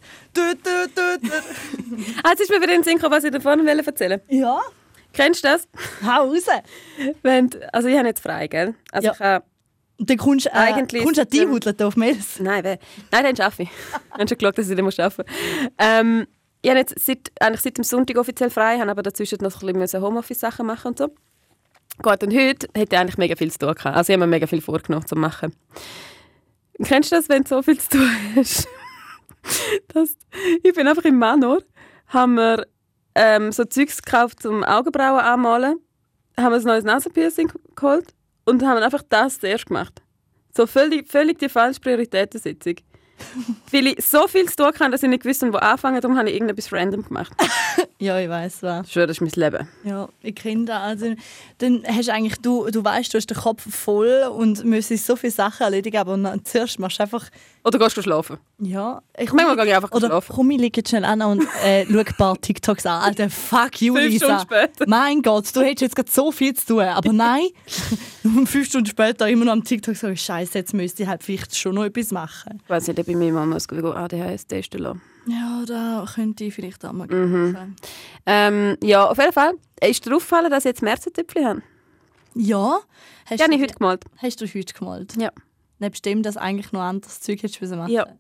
Ah, jetzt ist mir wieder in den Sinn gekommen, was ich davon erzählen wollte. Ja. Kennst du das? Hau raus. Wenn, also ich habe jetzt frei, gell? Also ja. ich habe dann kommst du äh, eigentlich an die Hudel auf Mails? Nein, we- nein, den schaffe ich. Ich habe schon geschaut, dass ich den arbeiten muss. Ähm, ich habe jetzt seit, eigentlich seit dem Sonntag offiziell frei, habe aber dazwischen noch ein bisschen Homeoffice-Sachen machen und so. Gut, und heute hätte ich eigentlich mega viel zu tun gehabt. Also ich habe mir mega viel vorgenommen zu machen. Kennst du das, wenn du so viel zu tun hast? das, ich bin einfach im Manor, haben wir ähm, so Zeugs gekauft zum Augenbrauen anmalen, haben wir ein neues Nasenpiercing geholt und haben einfach das zuerst gemacht. So völlig, völlig die falsche Prioritätensetzung. Weil ich so viel zu tun hatte, dass ich nicht wusste, wo anfangen, darum habe ich irgendetwas random gemacht. Ja, ich weiss was. Ich schwöre, das ist mein Leben. Ja, ich kenne das. Also, dann hast du eigentlich, du, du weißt, du hast den Kopf voll und müsstest so viele Sachen erledigen, aber dann zuerst machst du einfach... Oder gehst du schlafen? Ja. Ich Manchmal gehe ich einfach oder schlafen. Komm, ich liege jetzt schnell an und äh, schau ein paar TikToks an. Alter, fuck you, Fünf Lisa. Stunden später. Mein Gott, du hättest jetzt gerade so viel zu tun. Aber nein, fünf Stunden später immer noch am TikTok so, Scheiße, jetzt müsste ich halt vielleicht schon noch etwas machen. Ich weiss nicht, ob ich meine Mama A D H S testen lassen. Ja, da könnte ich vielleicht auch mal Mhm. machen. Ähm, ja, auf jeden Fall. Ist dir aufgefallen, dass ich jetzt Märzentüpfchen habe? Ja. Hast Die habe du- ich heute gemalt. Hast du heute gemalt? Ja. Nebst dem, dass eigentlich noch anderes Zeug hättest du machen. Ja.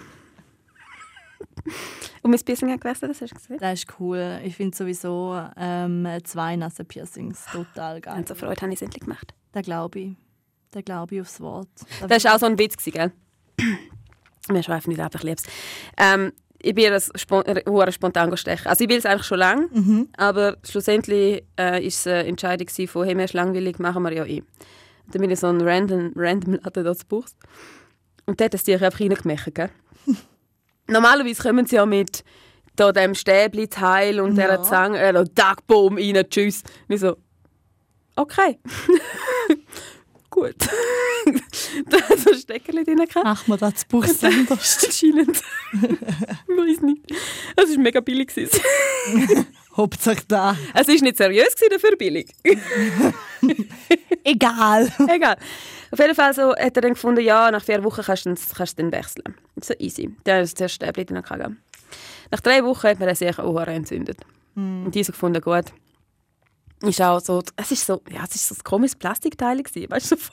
Und mein Piercing hat gewechselt, das hast du gesehen? Das ist cool. Ich finde sowieso ähm, zwei nasse Piercings total geil. Und so Freude habe ich es endlich gemacht. Da glaube ich. Da glaube ich aufs Wort. Da Das war auch so ein Witz, gell? Wir schweifen nicht ab, ich liebe es. Ähm, ich bin das spon- äh, spontan gestechen. Also ich will es eigentlich schon lange, Mhm. aber schlussendlich war äh, es eine Entscheidung von «Hey, mir ist langweilig, machen wir ja eh». Und dann bin ich so ein random, random Laden da zu Buchs. Und dort hat es dich einfach reingemacht, gell? Normalerweise kommen sie ja mit da dem Stäbli-Teil und Ja. dieser Zange, äh, Dachboom rein, tschüss. Und ich so, okay. Gut. Da hat so ein Steckerli drin gehabt. Machen wir das Buch anders. Anscheinend. Ich weiß nicht. Es war mega billig. gewesen. Hauptsache da. Es war nicht seriös, gewesen, dafür billig. Egal. Egal. Auf jeden Fall so, hat er dann gefunden, ja, nach vier Wochen kannst du es kannst du dann wechseln. So easy. Dann ist das Stäbli drin gehabt. Nach drei Wochen hat man sich auch entzündet. Mm. Und die so gefunden, gut. Ist auch so, es ist so, ja, es ist so ein komisches Plastikteil gewesen, weißt du, so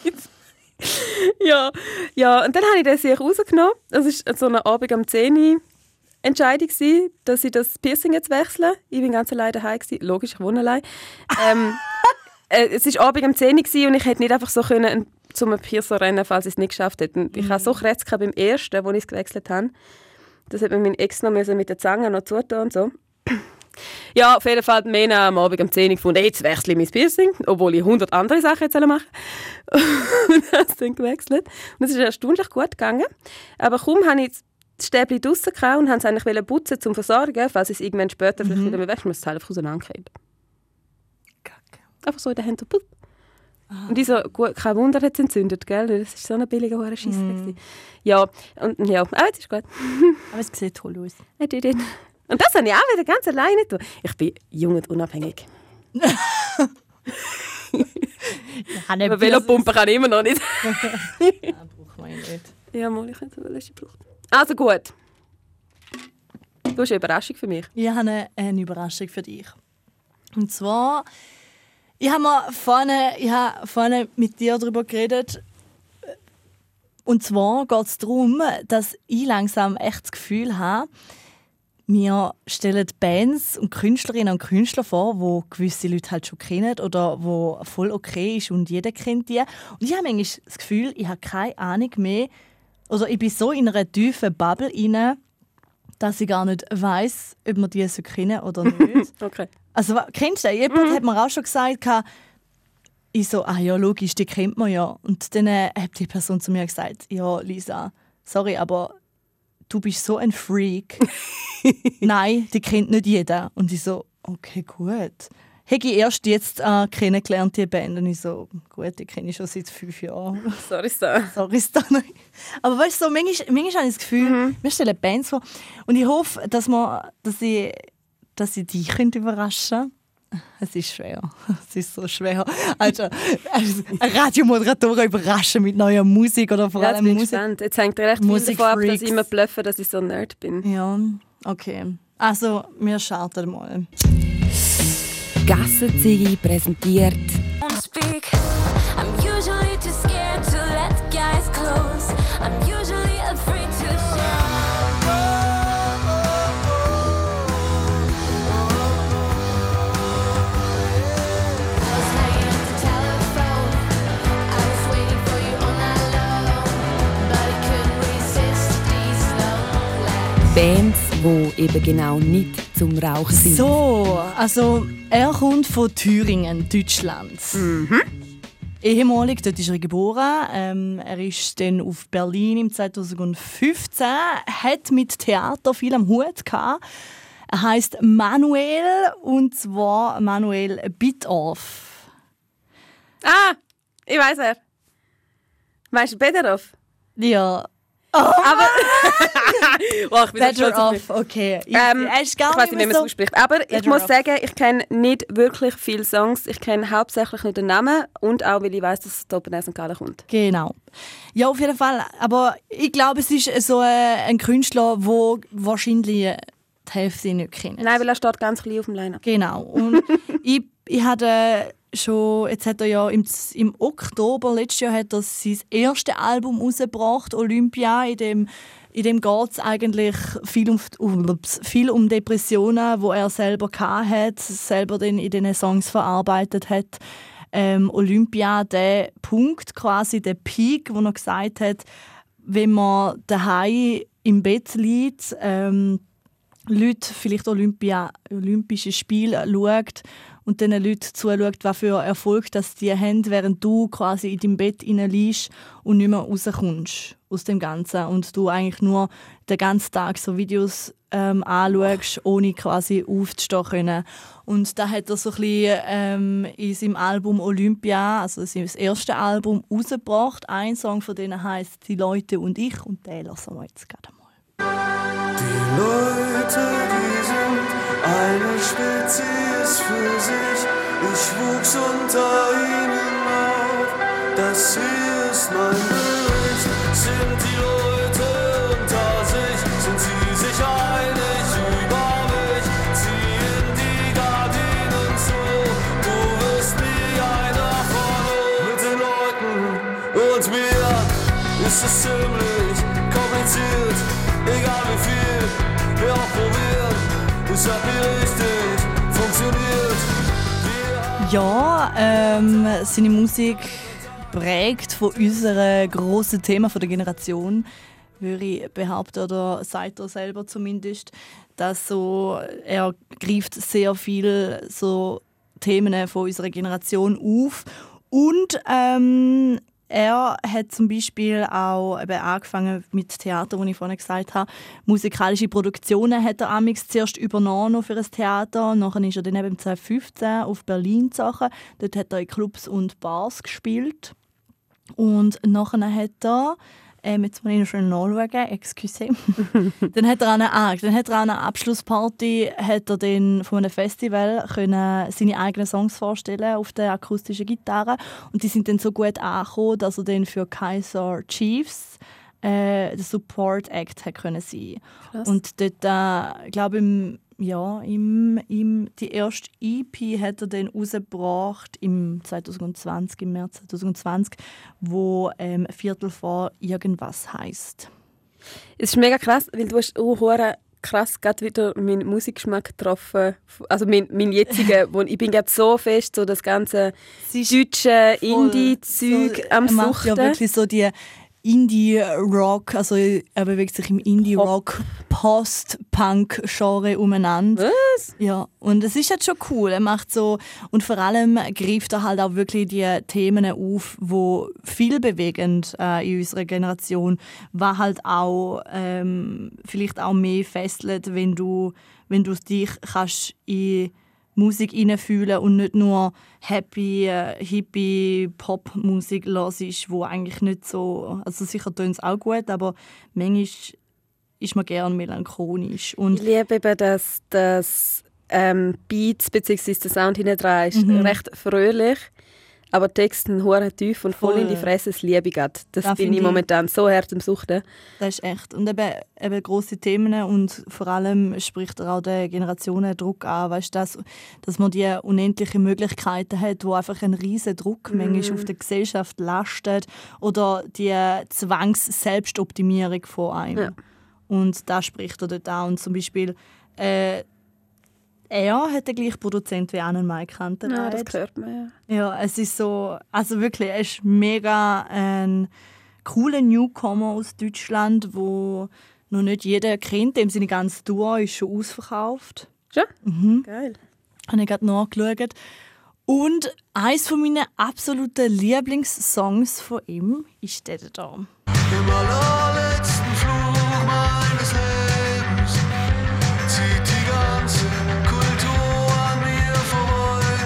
ja, ja, und dann habe ich das sich rausgenommen. Das war so eine Abend um zehn Uhr Entscheidung gewesen, dass ich das Piercing jetzt wechsle. Ich bin ganz allein daheim gewesen. Logisch, ich wohne allein. ähm, äh, es war Abend um zehn Uhr gewesen und ich hätte nicht einfach so können zum Piercer rennen, falls ich es nicht geschafft hätte. Und ich Mhm. hatte so Krätze beim ersten, wo ich es gewechselt habe. Das hat mir mein Ex noch mit der Zange noch zutun und so. Ja, auf jeden Fall hat Mena am Abend um zehn Uhr gefunden, jetzt wechsle ich mein Piercing, obwohl ich hundert andere Sachen jetzt machen soll. Und habe es dann gewechselt. Und es ist erstaunlich gut gegangen. Aber kaum habe ich das Stäbchen draussen gehabt und wollte es eigentlich putzen, zum Versorgen, falls ich es irgendwann später vielleicht wieder wechseln muss, das Teil einfach auseinandergehen. Einfach so in der Hand. So, und ich so, gut, kein Wunder, hat es entzündet, gell? Das war so eine billige Hurenscheisse. Mm. Ja, und ja, aber jetzt ist gut. Aber es sieht toll aus. I did it. Und das habe ich auch wieder ganz alleine getan. Ich bin jung und unabhängig. Aber Velopumpen kann ich immer noch nicht. Ja, braucht man nicht. Ja, mal, ich hätte eine Wäsche gebraucht. Also gut. Du hast eine Überraschung für mich. Ich habe eine, eine Überraschung für dich. Und zwar, ich habe mir vorne, ich habe vorne mit dir darüber geredet. Und zwar geht es darum, dass ich langsam echt das Gefühl habe, wir stellen Bands und Künstlerinnen und Künstler vor, wo gewisse Leute halt schon kennen oder wo voll okay ist und jeder kennt die. Und ich habe manchmal das Gefühl, ich habe keine Ahnung mehr, oder ich bin so in einer tiefen Bubble rein, dass ich gar nicht weiss, ob man die so kennen oder nicht. Okay. Also kennst du das? Jemand Mhm. hat mir auch schon gesagt, ich so, ah ja, logisch, die kennt man ja. Und dann äh, hat die Person zu mir gesagt, ja, Lisa, sorry, aber du bist so ein Freak. Nein, die kennt nicht jeder. Und ich so, okay, gut. Habe ich erst jetzt äh, kennengelernt, die Band. Und ich so, gut, die kenne ich schon seit fünf Jahren. Sorry, Star. Sorry, Star. Aber weißt du, so, manchmal, manchmal habe ich das Gefühl, Mhm. wir stellen Bands vor. Und ich hoffe, dass, wir, dass, ich, dass ich dich überraschen könnte. Es ist schwer. Es ist so schwer. Also, also Radiomoderatoren überraschen mit neuer Musik oder vor Ja, jetzt allem bin ich Musik. gespannt. Jetzt hängt recht viel davon ab, dass Musikfreaks. ich immer bluffe, dass ich so ein Nerd bin. Ja, okay. Also, wir starten mal. Gassenzigi präsentiert Won't speak. I'm usually too scared to let guys close. I'm usually afraid to share. I was hanging up the telephone. I was waiting for you all night long, but I couldn't resist these long legs. Bands, die eben genau nicht zum Rauchen sind. So, also er kommt von Thüringen, Deutschland. Mhm. Ehemalig, dort ist er geboren. Ähm, er ist dann auf Berlin im zweitausendfünfzehn, hat mit Theater viel am Hut gehabt. Er heisst Manuel, und zwar Manuel Bittorf. Ah, ich weiß er. Weißt du Bederoff? Ja. Aber oh, ich bin so stolz Better auf mich. off, okay. Ich, Ähm, er ist gar ich weiß nicht, wie man es so. ausspricht. Aber ich Better muss off. sagen, ich kenne nicht wirklich viele Songs. Ich kenne hauptsächlich nur den Namen und auch, weil ich weiß, dass es Open Air Sankt Gallen kommt. Genau. Ja, auf jeden Fall. Aber ich glaube, es ist so ein, ein Künstler, der wahrscheinlich die Hälfte nicht kennt. Nein, weil er steht ganz klein auf dem Line-Up. Genau. Und ich, ich hatte schon, jetzt hat er ja im, im Oktober letztes Jahr hat er sein erstes Album rausgebracht, Olympia. In dem, in dem geht es eigentlich viel um, um, viel um Depressionen, wo er selber hatte, selber dann in diesen Songs verarbeitet hat. Ähm, Olympia, der Punkt, quasi der Peak, wo er gesagt hat, wenn man daheim im Bett liegt, ähm, Leute vielleicht Olympia, Olympische Spiele schaut und den Leuten zuschaut, was für Erfolg das die haben, während du quasi in deinem Bett liegst und nicht mehr rauskommst aus dem Ganzen und du eigentlich nur den ganzen Tag so Videos ähm, anschaust, ohne quasi aufzustehen können. Und da hat er so ein bisschen ähm, in seinem Album Olympia, also sein erstes Album, rausgebracht. Ein Song von denen heisst «Die Leute und ich», und den lassen wir jetzt gerade mal. Die Leute, die sind eine Spezies für sich. Ich wuchs unter ihnen auf, das hier ist mein Bericht. Sind die Leute unter sich, sind sie sich einig über mich? Ziehen die Gardinen zu, du wirst nie einer von uns. Mit den Leuten und mir ist es ziemlich kompliziert. Egal wie viel wir auch probieren, es hat nie richtig funktioniert. Wir Ja, ähm, seine Musik prägt von unseren grossen Themen von der Generation, würde ich behaupten, oder sagt er selber zumindest, dass so, er greift sehr viel so Themen von unserer Generation auf. Und ähm, er hat zum Beispiel auch eben angefangen mit Theater, wie ich vorhin gesagt habe. Musikalische Produktionen hat er amix zuerst übernommen für ein Theater. Nachher ist er dann eben zwanzig fünfzehn auf Berlin gezogen. Dort hat er in Clubs und Bars gespielt. Und nachher hat er, ähm, jetzt muss ich noch schnell nachschauen, excuse. dann hat er an einer, ah, dann hat er an einer Abschlussparty hat er dann von einem Festival können seine eigenen Songs vorstellen auf der akustischen Gitarre. Und die sind dann so gut angekommen, dass er dann für Kaiser Chiefs äh, der Support Act hat können sein. Krass. Und dort, äh, glaube im ja, im, im, die erste E P hat er dann rausgebracht im zwanzig zwanzig, im März zwanzig zwanzig, wo ähm, «Viertel vor irgendwas» heisst. Es ist mega krass, weil du hast auch hure krass gerade wieder meinen Musikgeschmack getroffen. Also mein, mein jetziger, wo ich bin gerade so fest so das ganze deutsche Indie-Zeug so, am er macht Suchten. ja wirklich so die Indie-Rock, also er bewegt sich im Indie-Rock, Post-Punk-Genre umeinander. Was? Ja, und es ist halt schon cool. Er macht so, und vor allem greift er halt auch wirklich die Themen auf, die viel bewegend äh, in unserer Generation, was halt auch ähm, vielleicht auch mehr fesselt, wenn du, wenn du dich kannst in Musik hineinfühlen und nicht nur happy, äh, hippie Pop-Musik hörst, wo eigentlich nicht so, also sicher tönt es auch gut, aber manchmal ist man gerne melancholisch. Und Ich liebe eben, dass das ähm, Beats bzw. der Sound hinten ist Mhm. recht fröhlich, aber die Texte hure tief und voll, Voll. in die Fresse, das liebe ich grad. Das Das bin finde ich ich- momentan so hart am Suchten. das ist echt. Und eben, eben grosse Themen und vor allem spricht er auch den Generationendruck an, weißt, dass, dass man die unendlichen Möglichkeiten hat, wo einfach ein riesen Druck Mhm. manchmal auf der Gesellschaft lastet oder die Zwangs-Selbstoptimierung von einem. Ja. Und da spricht er dort auch. Und zum Beispiel äh, er hat den gleichen Produzent wie Anne Mike Hunter. Ja, das hört man, ja. Ja, es ist so, also wirklich, er ist mega ein cooler Newcomer aus Deutschland, wo noch nicht jeder kennt. Dem seine ganze Tour ist schon ausverkauft. Schon? Mhm. Geil. Habe ich gerade nachgeschaut. Und eines meiner absoluten Lieblingssongs von ihm ist der da. Im allerletzten Flug meines Lebens zieht die ganze Kultur an mir vorbei.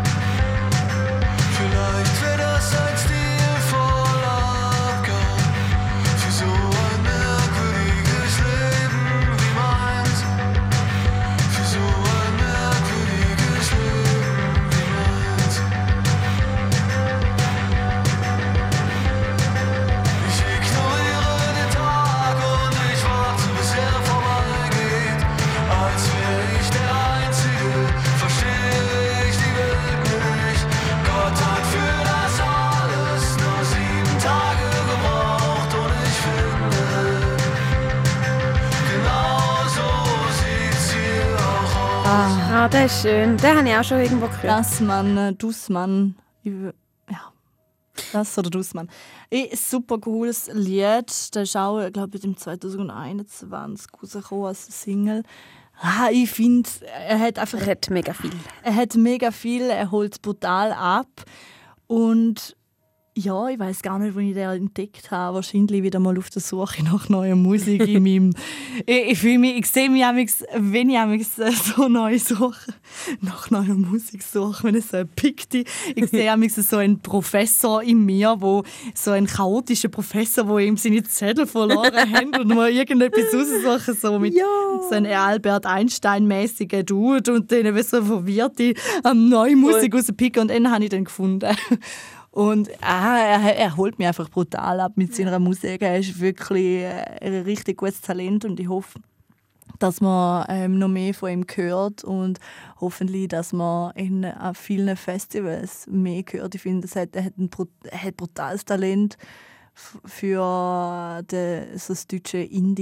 Vielleicht wäre das ein stilvoller Abgang für so ein merkwürdiges Leben wie meins. Für so ein merkwürdiges Leben wie meins. Ich ignoriere den Tag und ich warte, bis er vorbeigeht. Als wäre ich der Einzige, verstehe ich die Welt nicht. Gott hat für das alles nur sieben Tage gebraucht und ich finde, genau so sieht's hier auch aus. Ah, der ist schön. Den habe ich auch schon irgendwo gehört. Dussmann, äh, Dussmann. Ich w- Ja. Das oder Dussmann. Eh, super cooles Lied. Das ist auch, glaube ich, im zwanzig einundzwanzig rausgekommen als Single. Ah, ich finde, er hat einfach Er hat mega viel. Er hat mega viel, er holt brutal ab. Und ja, ich weiß gar nicht, wo ich den entdeckt habe. Wahrscheinlich wieder mal auf der Suche nach neuer Musik in meinem. Ich, ich fühle mich, ich sehe mich amigs, wenn ich amigs so neu suche, nach neuer Musik suche, wenn es so ein Pikti. Ich sehe amigs so einen Professor in mir, wo so ein chaotischer Professor, wo ihm seine Zettel verloren hat und mal irgendetwas raussuchen, so mit so einem Albert Einstein-mäßigen Dude und dann eben so verwirrte ähm, neue Musik rauspicken und dann habe ich den gefunden. Und ah, er, er holt mich einfach brutal ab mit seiner Musik. Er ist wirklich äh, ein richtig gutes Talent und ich hoffe, dass man ähm, noch mehr von ihm hört und hoffentlich, dass man in äh, vielen Festivals mehr hört. Ich finde, er hat, er hat ein brut- er hat brutales Talent f- für de, so das deutsche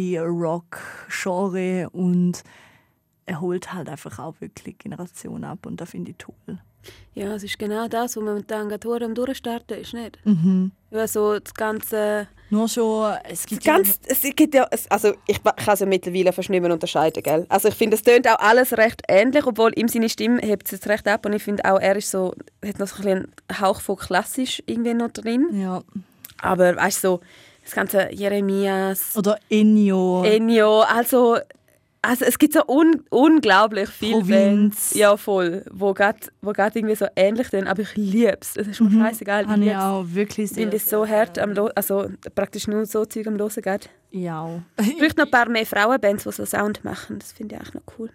Indie-Rock-Genre und er holt halt einfach auch wirklich Generationen ab und das finde ich toll. Ja, es ist genau das, was momentan gerade hure am Durchstarten ist, nicht? Mhm. Ja, so das ganze... Nur schon, es gibt Ganz, es gibt ja, es- also ich kann es ja mittlerweile fast nicht mehr unterscheiden, gell? Also ich finde, es tönt auch alles recht ähnlich, obwohl ihm seine Stimme hebt es jetzt recht ab und ich finde auch, er ist so, hat noch so ein bisschen einen Hauch von klassisch irgendwie noch drin. ja. Aber weißt du, so, das ganze Jeremias, Oder Ennio. Ennio, also, also es gibt so un, unglaublich viele Provinz. Bands, ja voll, wo gerade wo grad irgendwie so ähnlich sind, aber ich liebe es. Es ist mir scheißegal, ich Habe ich liebe es. auch wirklich sehr. Weil es so hart am Lo- also praktisch nur so Zeug am Hören geht. Ja. Es braucht noch ein paar mehr Frauenbands, die so Sound machen. Das finde ich eigentlich noch cool.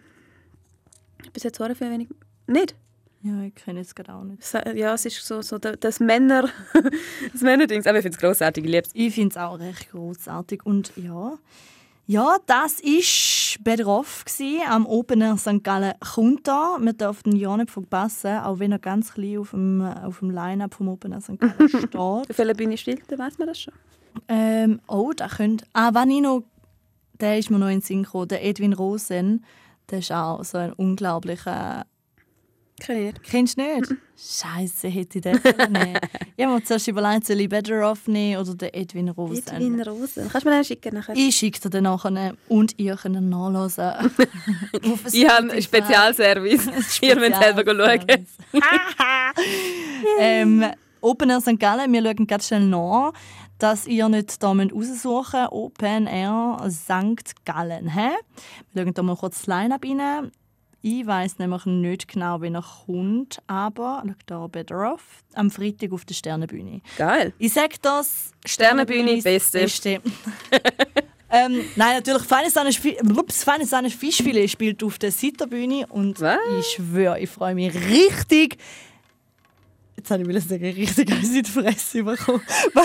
Bis jetzt war viel wenig. Nicht? Ja, ich kenne es gerade auch nicht. So- Ja, es ist so, so da- das Männer, das Männerdings. Aber ich finde es grossartig, ich liebe es. Ich finde es auch recht großartig und ja. Ja, das war Bedroff am Opener Sankt Gallen Kunta. Wir dürfen ihn ja nicht verpassen, auch wenn er ganz klein auf dem, auf dem Line-Up vom Opener Sankt Gallen steht. Wie viele Bühne still, dann weiss man das schon. ähm, oh, da könnte... Ah, was ich noch der ist mir noch in den Sinn gekommen. Der Edwin Rosen, der ist auch so ein unglaublicher... Kenn ich nicht. Kennst du nicht? Mm-mm. Scheiße, hätte ich den nehmen. Ich habe mir zuerst überlegt, soll ich Better Off nehmen oder den Edwin Rosen. Edwin Rosen. Kannst du mir den schicken nachher? Ich schicke dir den nachher und ihr könnt ihn nachlesen. Ich habe einen Spezialservice. Ihr müsst selber schauen. ähm, Open Air Sankt Gallen, wir schauen ganz schnell nach, dass ihr nicht da raussuchen müsst. Open Air Sankt Gallen. He? Wir schauen da mal kurz das Line-Up rein. Ich weiss nämlich nicht genau, wie er kommt, aber schau da Better Off am Freitag auf der Sternenbühne. Geil. Ich sage das, Sternenbühne, Beste. Beste. ähm, nein, natürlich, Feine Sahne Feine Sahne Fischfilet spielt auf der Sitterbühne und Was? ich schwöre, ich freue mich richtig. Jetzt habe ich sagen, richtig eins in die Fresse bekommen.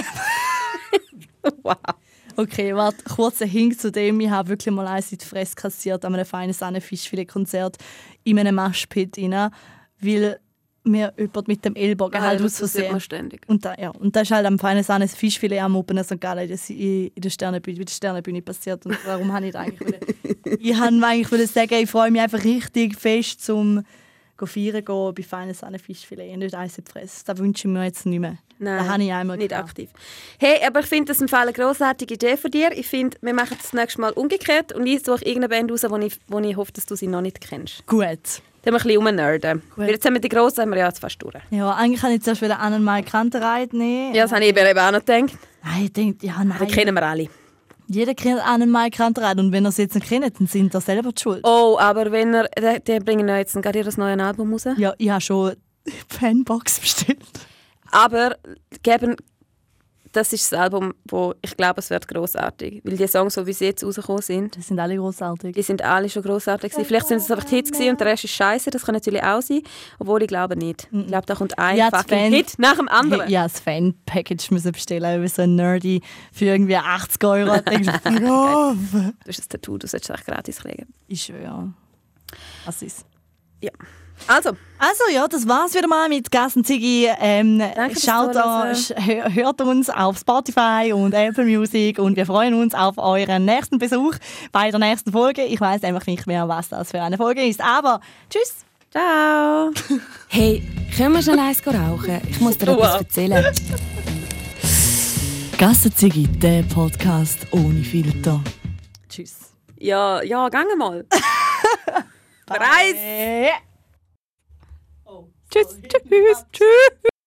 Wow. Okay, warte, kurzer Hink zu dem. Ich habe wirklich mal eins in die Fresse kassiert an einem Feine Sahne Fischfilet-Konzert in einem Maschpit rein, weil mir jemand mit dem Ellbogen halt aus Versehen. Ständig. Und da, ja, und das ist halt am Feine Sahne Fischfilet am Open Sankt Gallen in der Sternenbühne, der Sternenbühne passiert. Und darum habe ich das eigentlich wollen. Ich wollte eigentlich sagen, ich freue mich einfach richtig fest zum feiern gehen bei Feine Sahne Fischfilet und nicht eins in die Fresse. Das wünsche ich mir jetzt nicht mehr. Nein, das habe ich einmal nicht gehabt. aktiv. Hey, aber ich finde das im Fall eine grossartige Idee von dir. Ich finde, wir machen das nächste Mal umgekehrt und ich suche irgendeine Band raus, wo ich, wo ich hoffe, dass du sie noch nicht kennst. Gut. Dann haben wir ein bisschen rumnerden. Weil jetzt haben wir die Grossen haben wir ja jetzt fast durch. Ja, eigentlich kann ich zuerst wieder Annenmai Kantereit nehmen. Ja, das habe ich eben auch noch gedacht. Nein, ich denke, ja, nein. Den kennen wir alle. Jeder kennt Annenmai Kantereit und wenn er es jetzt nicht kennt, dann sind er selber die schuld. Oh, aber wenn er, die, die bringen ja jetzt gerade ihr neues Album raus. Ja, ich habe schon die Fanbox bestellt. Aber geben, das ist das Album, wo ich glaube, es wird grossartig. Weil die Songs, so wie sie jetzt rausgekommen sind, Die sind alle grossartig. die sind alle schon grossartig gewesen. Vielleicht sind es einfach die Hits gewesen und der Rest ist scheiße. Das kann natürlich auch sein. Obwohl ich glaube nicht. Ich glaube, da kommt ein Ja, das fucking Fan- Hit nach dem anderen. Hey, ja, das Fan-Package müssen bestellen, wie so ein Nerdy für irgendwie achtzig Euro. Da denkst du, oh, Du hast ein Tattoo, du solltest es echt gratis kriegen. ich schwöre. Was ist? Ja. Also, Also ja, das war's wieder mal mit Gassenziggy. Ähm, Danke fürs schaut an, Zuhören. sch- hört uns auf Spotify und Apple Music und wir freuen uns auf euren nächsten Besuch bei der nächsten Folge. Ich weiß einfach nicht mehr, was das für eine Folge ist, aber tschüss. ciao. Hey, können wir schnell eins rauchen? Ich muss dir etwas Wow. erzählen. Gassenziggy, der Podcast ohne Filter. Tschüss. Ja, ja, gang mal. Preis. Äh. Tschüss, tschüss, tschüss.